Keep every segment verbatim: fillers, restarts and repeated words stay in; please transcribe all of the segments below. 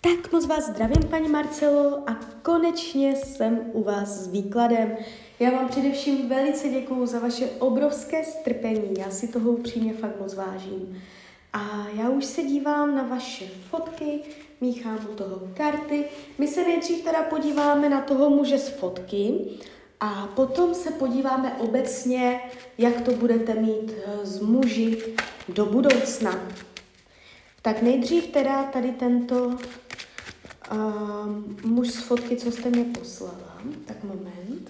Tak moc vás zdravím, paní Marcelo, a konečně jsem u vás s výkladem. Já vám především velice děkuju za vaše obrovské strpení, já si toho upřímně fakt moc vážím. A já už se dívám na vaše fotky, míchám u toho karty. My se nejdřív teda podíváme na toho muže z fotky a potom se podíváme obecně, jak to budete mít s muži do budoucna. Tak nejdřív teda tady tento uh, muž z fotky, co jste mě poslala. Tak moment.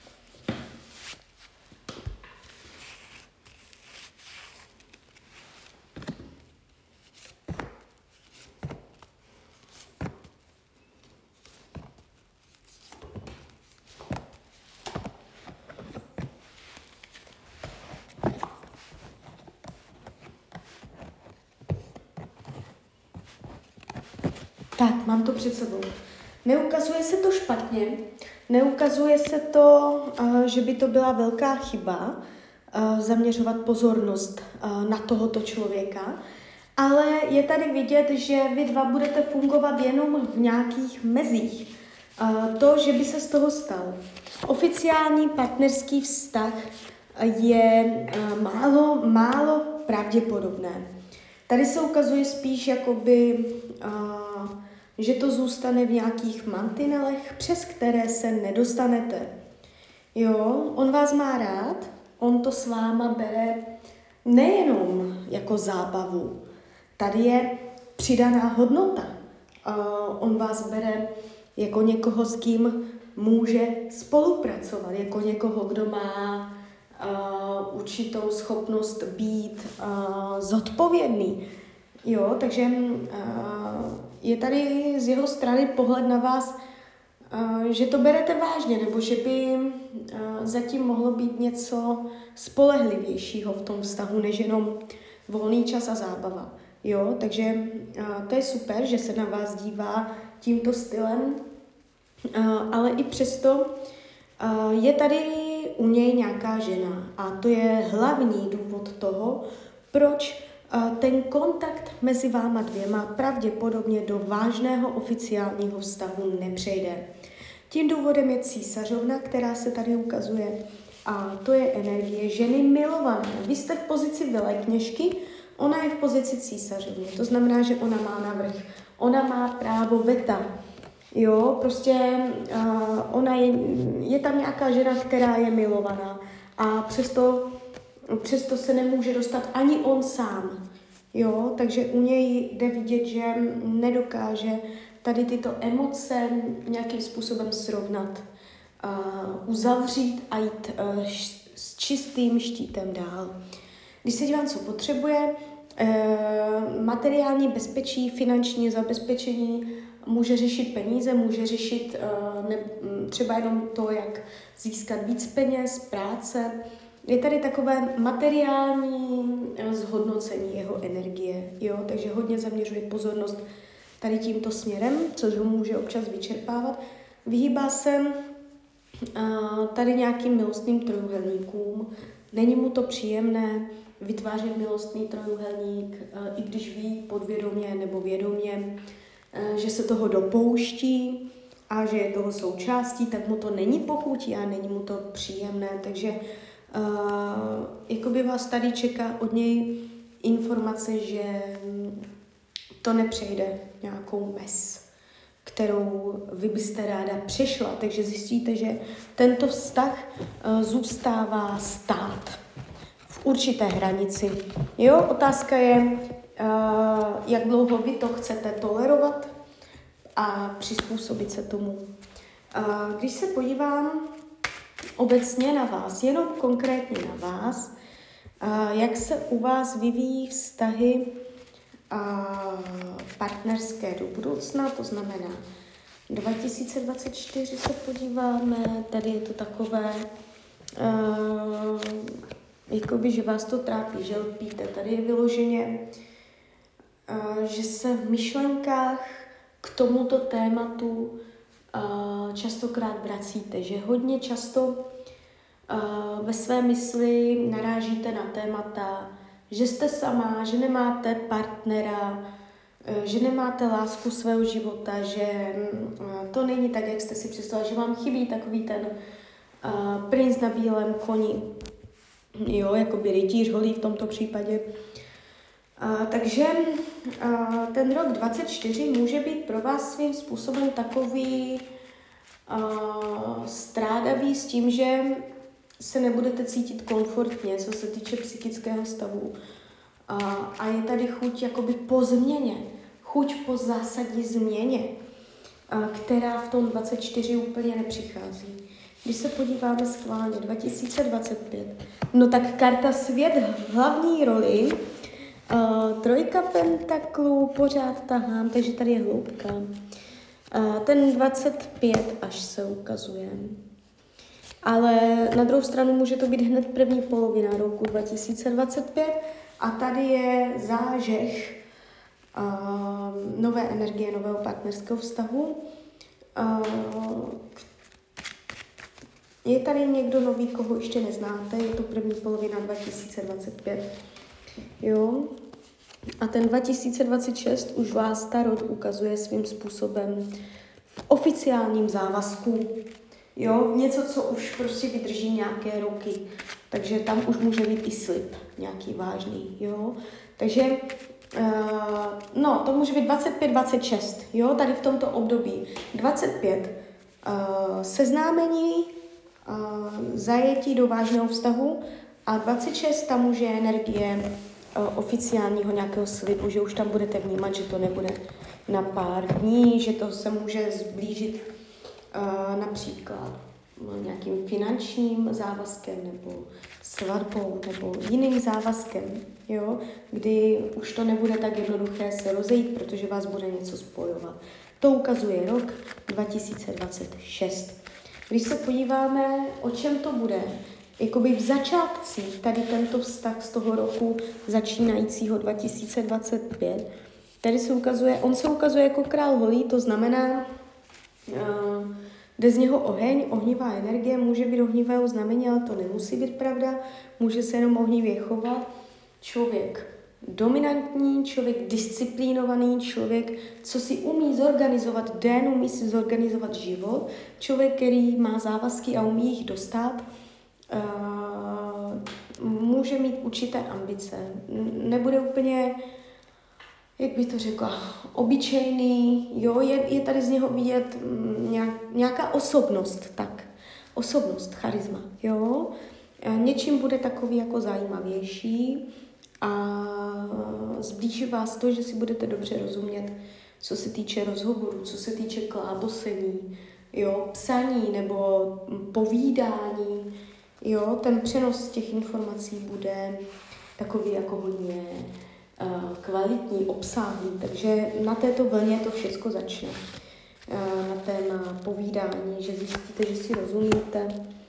Tak, mám to před sebou. Neukazuje se to špatně, neukazuje se to, uh, že by to byla velká chyba uh, zaměřovat pozornost uh, na tohoto člověka, ale je tady vidět, že vy dva budete fungovat jenom v nějakých mezích. Uh, to, že by se z toho stal oficiální partnerský vztah, je uh, málo, málo pravděpodobné. Tady se ukazuje spíš jakoby, uh, že to zůstane v nějakých mantinelech, přes které se nedostanete. Jo, on vás má rád, on to s váma bere nejenom jako zábavu. Tady je přidaná hodnota. Uh, on vás bere jako někoho, s kým může spolupracovat, jako někoho, kdo má uh, určitou schopnost být uh, zodpovědný. Jo, takže uh, je tady z jeho strany pohled na vás, uh, že to berete vážně, nebo že by uh, zatím mohlo být něco spolehlivějšího v tom vztahu, než jenom volný čas a zábava. Jo, takže uh, to je super, že se na vás dívá tímto stylem, uh, ale i přesto uh, je tady u něj nějaká žena a to je hlavní důvod toho, proč ten kontakt mezi váma dvěma pravděpodobně do vážného oficiálního vztahu nepřejde. Tím důvodem je císařovna, která se tady ukazuje, a to je energie ženy milované. Vy jste v pozici velekněžky, ona je v pozici císařovny. To znamená, že ona má navrch. Ona má právo veta. Jo, prostě uh, ona je, je tam nějaká žena, která je milovaná a přesto Přesto se nemůže dostat ani on sám. Jo, takže u něj jde vidět, že nedokáže tady tyto emoce nějakým způsobem srovnat, uh, uzavřít a jít uh, š- s čistým štítem dál. Když se dívám, co potřebuje, uh, materiální bezpečí, finanční zabezpečení, může řešit peníze, může řešit uh, ne, třeba jenom to, jak získat víc peněz, práce. Je tady takové materiální zhodnocení jeho energie, jo? Takže hodně zaměřuje pozornost tady tímto směrem, což ho může občas vyčerpávat. Vyhýbá se uh, tady nějakým milostným trojúhelníkům, není mu to příjemné vytvářet milostný trojúhelník, uh, i když ví podvědomě nebo vědomě, uh, že se toho dopouští a že je toho součástí, tak mu to není pochutí a není mu to příjemné, takže Uh, jakoby vás tady čeká od něj informace, že to nepřejde nějakou mez, kterou vy byste ráda přešla, takže zjistíte, že tento vztah uh, zůstává stát v určité hranici. Jo, otázka je, uh, jak dlouho vy to chcete tolerovat a přizpůsobit se tomu. Uh, když se podívám obecně na vás, jenom konkrétně na vás, jak se u vás vyvíjí vztahy partnerské do budoucna, to znamená dva tisíce dvacet čtyři se podíváme, tady je to takové, jakoby, že vás to trápí, že lpíte, tady je vyloženě, že se v myšlenkách k tomuto tématu Uh, častokrát vracíte, že hodně často uh, ve své mysli narážíte na témata, že jste sama, že nemáte partnera, že nemáte lásku svého života, že to není tak, jak jste si představili, že vám chybí takový ten uh, princ na bílém koni, jo, jakoby rytíř holý v tomto případě. Uh, takže uh, ten rok dvacet čtyři může být pro vás svým způsobem takový uh, strádavý s tím, že se nebudete cítit komfortně, co se týče psychického stavu. A, a je tady chuť jakoby po změně, chuť po zásadní změně, a, která v tom dvacet čtyři úplně nepřichází. Když se podíváme schválně dva tisíce dvacet pět, no tak karta svět v hlavní roli, a, trojka pentaklů, pořád tahám, takže tady je hloubka. A, ten dvacet pět až se ukazuje. Ale na druhou stranu může to být hned první polovina roku dva tisíce dvacet pět a tady je zážeh uh, nové energie, nového partnerského vztahu. Uh, je tady někdo nový, koho ještě neznáte, je to první polovina dva tisíce dvacet pět. Jo? A ten dva tisíce dvacet šest už vás tarot ukazuje svým způsobem v oficiálním závazku. Jo, něco, co už prostě vydrží nějaké roky. Takže tam už může být i slib nějaký vážný, jo. Takže, uh, no, to může být dvacet pět dvacet šest, jo, tady v tomto období. dvacet pět uh, seznámení, uh, zajetí do vážného vztahu a dvacet šest tam může energie uh, oficiálního nějakého slibu, že už tam budete vnímat, že to nebude na pár dní, že to se může zblížit Uh, například nějakým finančním závazkem nebo svatbou nebo jiným závazkem, jo, kdy už to nebude tak jednoduché se rozejít, protože vás bude něco spojovat. To ukazuje rok dva tisíce dvacet šest. Když se podíváme, o čem to bude, jakoby v začátcích tady tento vztah z toho roku začínajícího dva tisíce dvacet pět, tady se ukazuje, on se ukazuje jako král holí, to znamená, Uh, jde z něho oheň, ohnivá energie, může být ohnivého znamení, ale to nemusí být pravda, může se jenom ohnivě chovat. Člověk dominantní, člověk disciplínovaný, člověk, co si umí zorganizovat den, umí si zorganizovat život, člověk, který má závazky a umí jich dostat, uh, může mít určité ambice. Nebude úplně, jak bych to řekla, obyčejný, jo, je, je tady z něho vidět nějak, nějaká osobnost, tak, osobnost, charisma, jo, něčím bude takový jako zajímavější a zblíží vás to, že si budete dobře rozumět, co se týče rozhovoru, co se týče klábosení, jo, psaní nebo povídání, jo, ten přenos těch informací bude takový jako hodně kvalitní, obsáhlý, takže na této vlně to všechno začne. Na téma povídání, že zjistíte, že si rozumíte.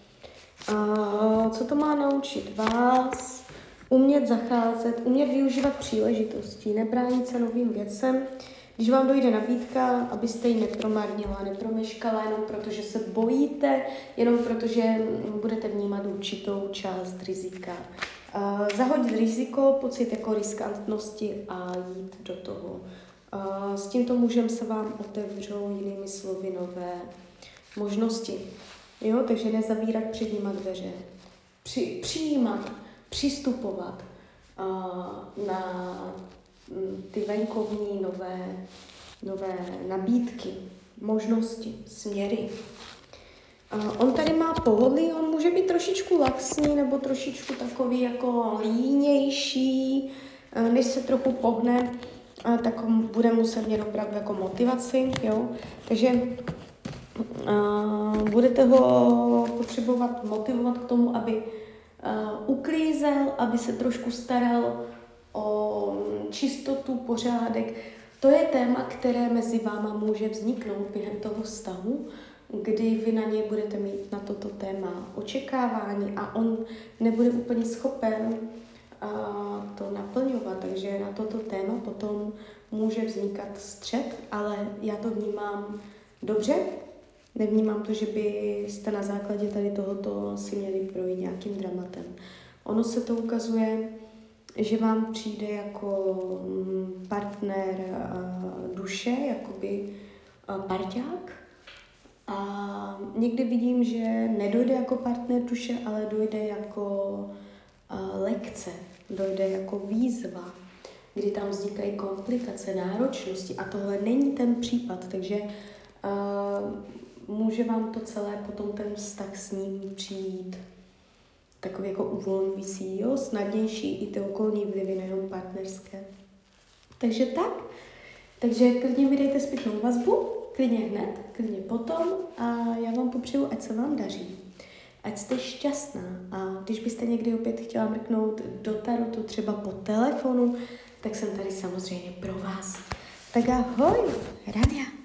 A co to má naučit vás? Umět zacházet, umět využívat příležitostí, nebránit se novým věcem. Když vám dojde nabídka, abyste ji nepromarnila, nepromeškala, jenom protože se bojíte, jenom protože budete vnímat určitou část rizika. Uh, zahodit riziko, pocit jako riskantnosti a jít do toho. Uh, s tímto mužem se vám otevřou jinými slovy nové možnosti. Jo? Takže nezavírat před nima dveře. Při, přijímat, přistupovat uh, na ty venkovní nové, nové nabídky, možnosti, směry. On tady má pohodlí, on může být trošičku laxní nebo trošičku takový jako línější, než se trochu pohne, tak bude muset mít opravdu jako motivaci, jo. Takže uh, budete ho potřebovat motivovat k tomu, aby uh, uklízel, aby se trošku staral o čistotu, pořádek. To je téma, které mezi váma může vzniknout během toho vztahu, kdy vy na něj budete mít na toto téma očekávání a on nebude úplně schopen uh, to naplňovat, takže na toto téma potom může vznikat střet, ale já to vnímám dobře, nevnímám to, že byste na základě tady tohoto si měli projít nějakým dramatem. Ono se to ukazuje že vám přijde jako mm, partner uh, duše, jakoby uh, parťák. A někdy vidím, že nedojde jako partner duše, ale dojde jako uh, lekce, dojde jako výzva, kdy tam vznikají komplikace, náročnosti a tohle není ten případ, takže uh, může vám to celé potom ten vztah s ním přijít takový jako uvolňující, jo, snadnější i ty okolní vlivy, nejenom partnerské. Takže tak, takže klidně mi dejte zpětnou vazbu, klidně hned, klidně potom a já vám popřeju, ať se vám daří. Ať jste šťastná a když byste někdy opět chtěla mrknout do tarotu, třeba po telefonu, tak jsem tady samozřejmě pro vás. Tak ahoj, Rania.